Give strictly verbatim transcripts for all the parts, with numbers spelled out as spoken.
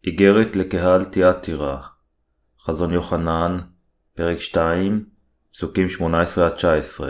איגרת לקהל תיאתירה, חזון יוחנן, פרק שתיים, פסוקים שמונה עשרה עד תשע עשרה.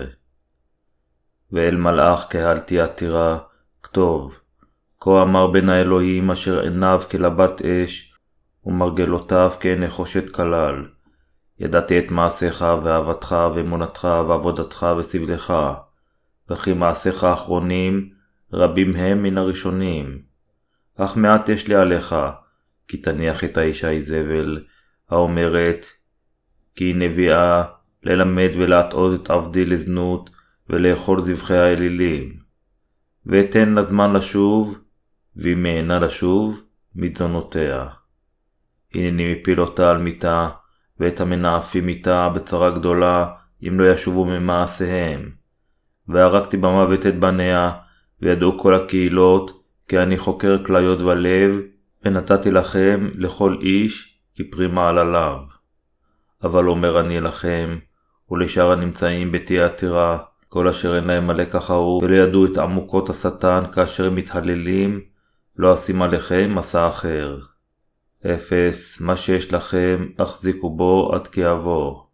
ואל מלאך קהל תיאתירה, כתוב, כה אמר בן האלוהים אשר עיניו כלבת אש, ומרגלותיו כנחושת כלל. ידעתי את מעשיך ואהבתך ואמונתך ועבודתך וסבלך, וכי מעשיך האחרונים רבים הם מן הראשונים. אך מעט יש לי עליך, כי תניח את האישה איזבל, האומרת, כי היא נביאה ללמד ולהטעות את עבדי לזנות, ולאכול זבחי האלילים. ואתן לזמן לשוב, והיא מעינה לשוב מתזונותיה. הנני מפיל אותה על מיתה, ואת המנאפים איתה בצרה גדולה, אם לא ישובו ממעשיהם. והרגתי במוות את בניה, וידעו כל הקהילות, כי אני חוקר כליות ולב, ונתתי לכם לכל איש כפרי עליו. אבל אומר אני לכם, ולשאר הנמצאים בתיאתירה, כל אשר אין להם הלקח ההוא, ולא ידעו את עמוקות השטן כאשר הם מתהללים, לא אשים עליכם מסע אחר. אפס, מה שיש לכם, החזיקו בו עד כי אבוא.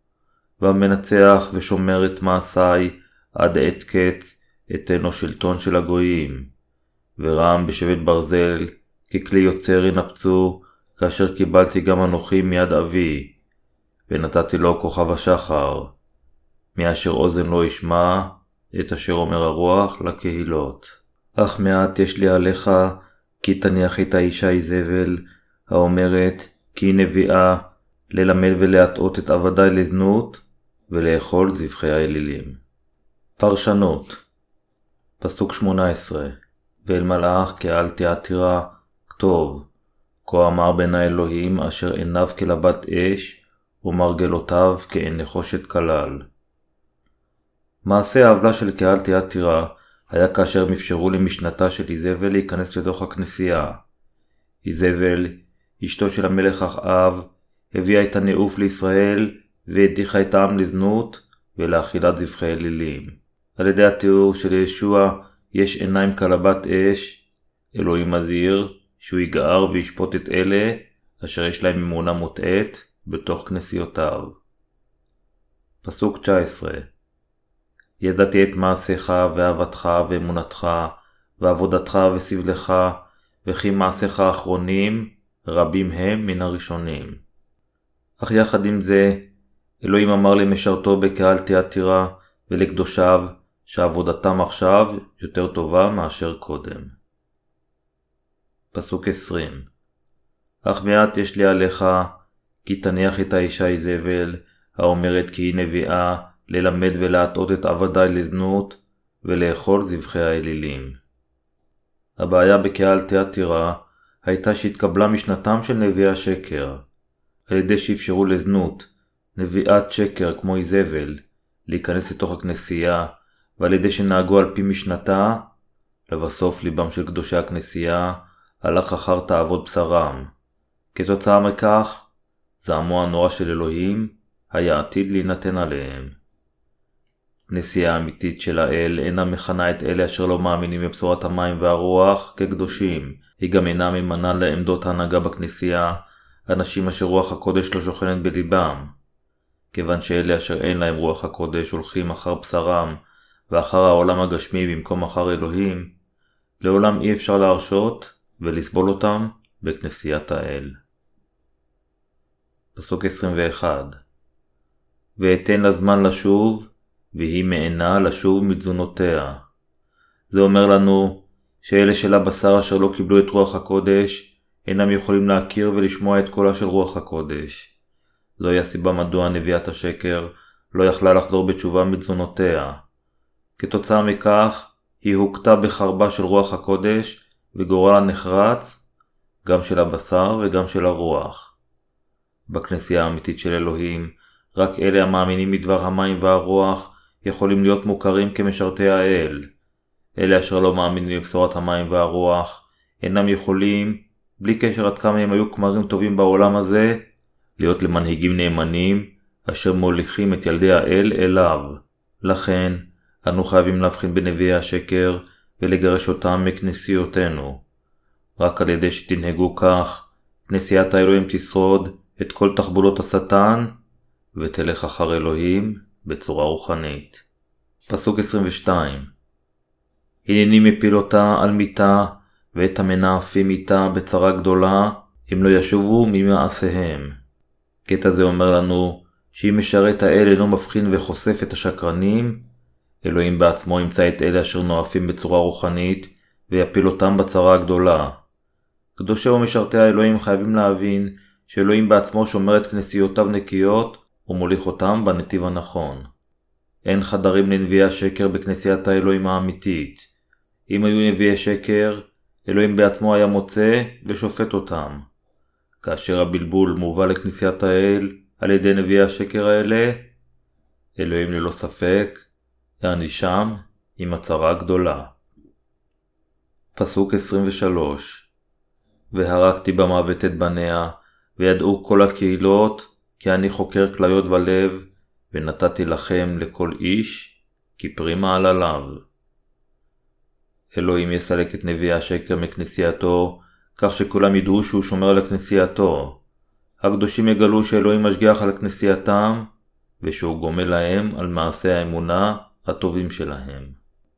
והמנצח ושומר את מעשיי, עד עת קץ, אתנו שלטון של הגויים. ורם בשבט ברזל, ככלי יוצר ינפצו, כאשר קיבלתי גם אנוכי מיד אבי, ונתתי לו כוכב השחר. מי אשר אוזן לא ישמע, את אשר אומר הרוח לקהילות. אך מעט יש לי עליך, כי תניח את האישה איזבל, האומרת, כי היא נביאה, ללמד ולהטעות את עבדי לזנות, ולאכול זבחי האלילים. פרשנות פסוק שמונה עשרה. ואל מלאך קהל תיאתירה, כתוב, כה אמר בן האלוהים אשר עיניו כלבת אש, ומרגלותיו כעין נחושת כלל. מעשה העוולה של קהל תיאתירה היה כאשר הם אפשרו למשנתה של איזבל להיכנס לתוך הכנסייה. איזבל, אשתו של המלך אחאב, הביאה את הנאוף לישראל והדיחה את העם לזנות ולאכילת זבחי אלילים. על ידי התיאור של ישוע יש עיניים כלבת אש, אלוהים מזהיר שהוא יגער וישפוט את אלה אשר יש להם אמונה מוטעית בתוך כנסיותיו. פסוק תשע עשרה. ידעתי את מעשיך ואהבתך ואמונתך ועבודתך וסבלך, וכי מעשיך האחרונים רבים הם מן הראשונים. אך יחד עם זה, אלוהים אמר למשרתו בקהל תיאתירה ולקדושיו שעבודתם עכשיו יותר טובה מאשר קודם. פסוק עשרים. אך מעט יש לי עליך, כי תניח את האישה איזבל, האומרת כי היא נביאה, ללמד ולהטעות את עבדי לזנות, ולאכול זבחי האלילים. הבעיה בקהל תיאתירה הייתה שהתקבלה משנתם של נביאי השקר, על ידי שאפשרו לזנות, נביאת שקר כמו איזבל, להיכנס לתוך הכנסייה, ועל ידי שנהגו על פי משנתה, לבסוף ליבם של קדושי הכנסייה הלך אחר תאוות בשרם. כתוצאה מכך, זעמו הנורא של אלוהים היה עתיד להינתן עליהם. כנסייה האמיתית של האל אינה מכנה את אלה אשר לא מאמינים בבשורת המים והרוח כקדושים. היא גם אינה ממנה לעמדות ההנהגה בכנסייה אנשים אשר רוח הקודש לא שוכנת בליבם. כיוון שאלה אשר אין להם רוח הקודש הולכים אחר בשרם ואחר העולם הגשמי במקום אחר אלוהים, לעולם אי אפשר להרשות ולסבול אותם בכנסיית האל. פסוק עשרים ואחת. ואתן לזמן לשוב, והיא מעינה לשוב מתזונותיה. זה אומר לנו שאלה של הבשר אשר לא קיבלו את רוח הקודש, אינם יכולים להכיר ולשמוע את קולה של רוח הקודש. זוהי הסיבה מדוע נביאת השקר לא יכלה לחזור בתשובה מתזונותיה. כתוצאה מכך, היא הוכתה בחרבה של רוח הקודש, וגורלה נחרץ, גם של הבשר וגם של הרוח. בכנסייה האמיתית של אלוהים, רק אלה המאמינים מדבר המים והרוח, יכולים להיות מוכרים כמשרתי האל. אלה אשר לא מאמינים בבשורת המים והרוח, אינם יכולים, בלי קשר עד כמה הם היו כמרים טובים בעולם הזה, להיות למנהיגים נאמנים, אשר מוליכים את ילדי האל אליו. לכן, אנו חייבים להבחין בנביאי השקר, ולגרש אותם מכנסיותינו. רק על ידי שתנהגו כך, כנסיית האלוהים תשרוד את כל תחבולות השטן ותלך אחר אלוהים בצורה רוחנית. פסוק עשרים ושתיים. הנני מפיל אותה על מיתה ואת המנאפים איתה בצרה גדולה אם לא ישובו ממעשיהם. קטע זה אומר לנו שאם משרת האל אינו מבחין וחושף את השקרנים, אלוהים בעצמו ימצא את אלה אשר נואפים בצורה רוחנית ויפיל אותם בצרה הגדולה. קדושי ומשרתי האלוהים חייבים להבין שאלוהים בעצמו שומר את כנסיותיו נקיות ומוליך אותם בנתיב הנכון. אין חדרים לנביאי השקר בכנסיית האלוהים האמיתית. אם היו נביאי שקר, אלוהים בעצמו היה מוצא ושופט אותם. כאשר הבלבול מובא לכנסיית האל על ידי נביאי השקר האלה, אלוהים ללא ספק יענישם עם הצרה גדולה. פסוק עשרים ושלוש. והרגתי במוות את בניה, וידעו כל הקהילות כי אני חוקר כליות ולב, ונתתי לכם לכל איש כפרי מעלליו. אלוהים יסלק את נביאי השקר מכנסייתו, כך שכולם ידעו שהוא שומר על כנסייתו. הקדושים יגלו שאלוהים משגיח על כנסייתם, ושהוא גומל להם על מעשי האמונה הטובים שלהם.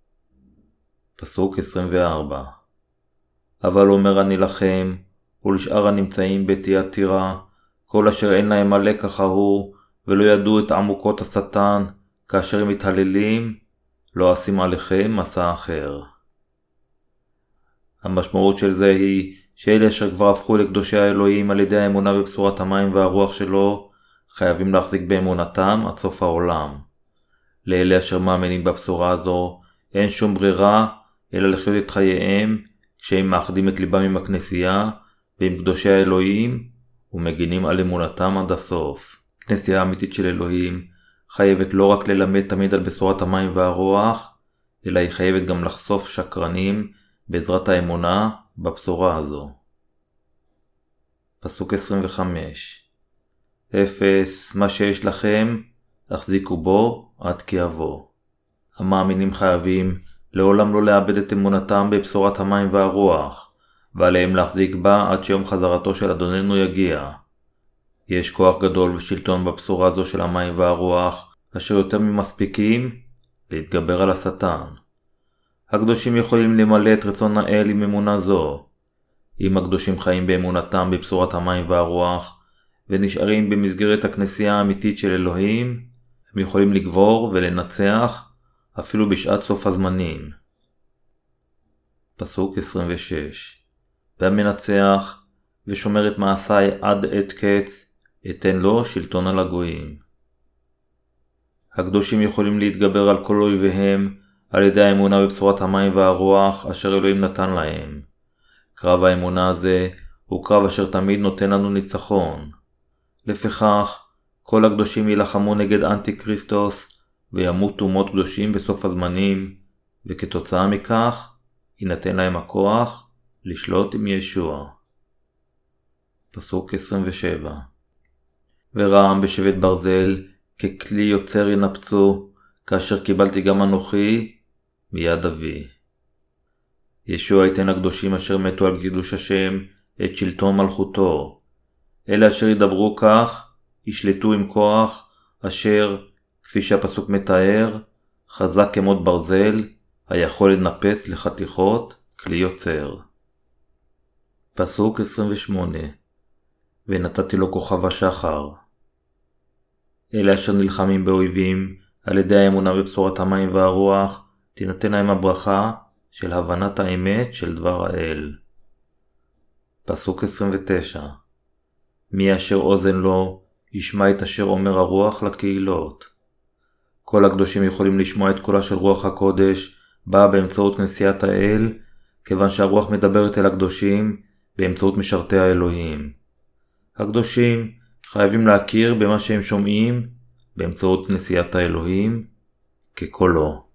פסוק עשרים וארבע. אבל אומר אני לכם, ולשאר הנמצאים בתיאטירה, כל אשר אין להם הלקח ההוא, ולא ידעו את עמוקות השטן, כאשר הם מתהללים, לא אשים עליכם מסע אחר. המשמעות של זה היא שאלה אשר כבר הפכו לקדושי האלוהים על ידי האמונה בבשורת המים והרוח שלו, חייבים להחזיק באמונתם עד סוף העולם. לאלה אשר מאמינים בבשורה הזו, אין שום ברירה אלא לחיות את חייהם כשהם מאחדים את ליבם עם הכנסייה ועם קדושי האלוהים ומגינים על אמונתם עד הסוף. כנסייה האמיתית של אלוהים חייבת לא רק ללמד תמיד על בשורת המים והרוח, אלא היא חייבת גם לחשוף שקרנים בעזרת האמונה בבשורה הזו. פסוק עשרים וחמש. אפס, מה שיש לכם, תחזיקו בו עד כי יבוא. המאמינים חייבים לעולם לא לאבד את אמונתם בבשורת המים והרוח, ועליהם להחזיק בה עד שיום חזרתו של אדוננו יגיע. יש כוח גדול ושלטון בבשורה זו של המים והרוח, אשר יותר ממספיקים להתגבר על השטן. הקדושים יכולים למלא את רצון האל עם אמונה זו. אם הקדושים חיים באמונתם בבשורת המים והרוח, ונשארים במסגרת הכנסייה האמיתית של אלוהים, הם יכולים לגבור ולנצח אפילו בשעת סוף הזמנים. פסוק עשרים ושש. והמנצח ושומר את מעשיי עד עת קץ, אתן לו שלטון על הגויים. הקדושים יכולים להתגבר על כל אויביהם על ידי האמונה בבשורת המים והרוח אשר אלוהים נתן להם. קרב האמונה הזה הוא קרב אשר תמיד נותן לנו ניצחון. לפיכך, כל הקדושים ילחמו נגד אנטי קריסטוס וימותו אומות קדושים בסוף הזמנים, וכתוצאה מכך יינתן להם הכוח לשלוט עם ישוע. פסוק עשרים ושבע. ורעם בשבט ברזל ככלי יוצר ינפצו, כאשר קיבלתי גם אנוכי מיד אבי. ישוע ייתן לקדושים אשר מתו על קידוש השם את שלטון מלכותו. אלה אשר ידברו כך ישלטו עם כוח אשר, כפי שהפסוק מתאר, חזק כמות ברזל, היכול לנפץ לחתיכות כלי יוצר. פסוק עשרים ושמונה. ונתתי לו כוכב השחר. אלה אשר נלחמים באויבים על ידי האמונה בבשורת המים והרוח, תינתן להם הברכה של הבנת האמת של דבר האל. פסוק עשרים ותשע. מי אשר אוזן לו ישמע את אשר אומר הרוח לקהילות. כל הקדושים יכולים לשמוע את קולה של רוח הקודש באה באמצעות כנסיית האל, כיוון שהרוח מדברת אל הקדושים באמצעות משרתי האלוהים. הקדושים חייבים להכיר במה שהם שומעים באמצעות כנסיית האלוהים כקולו.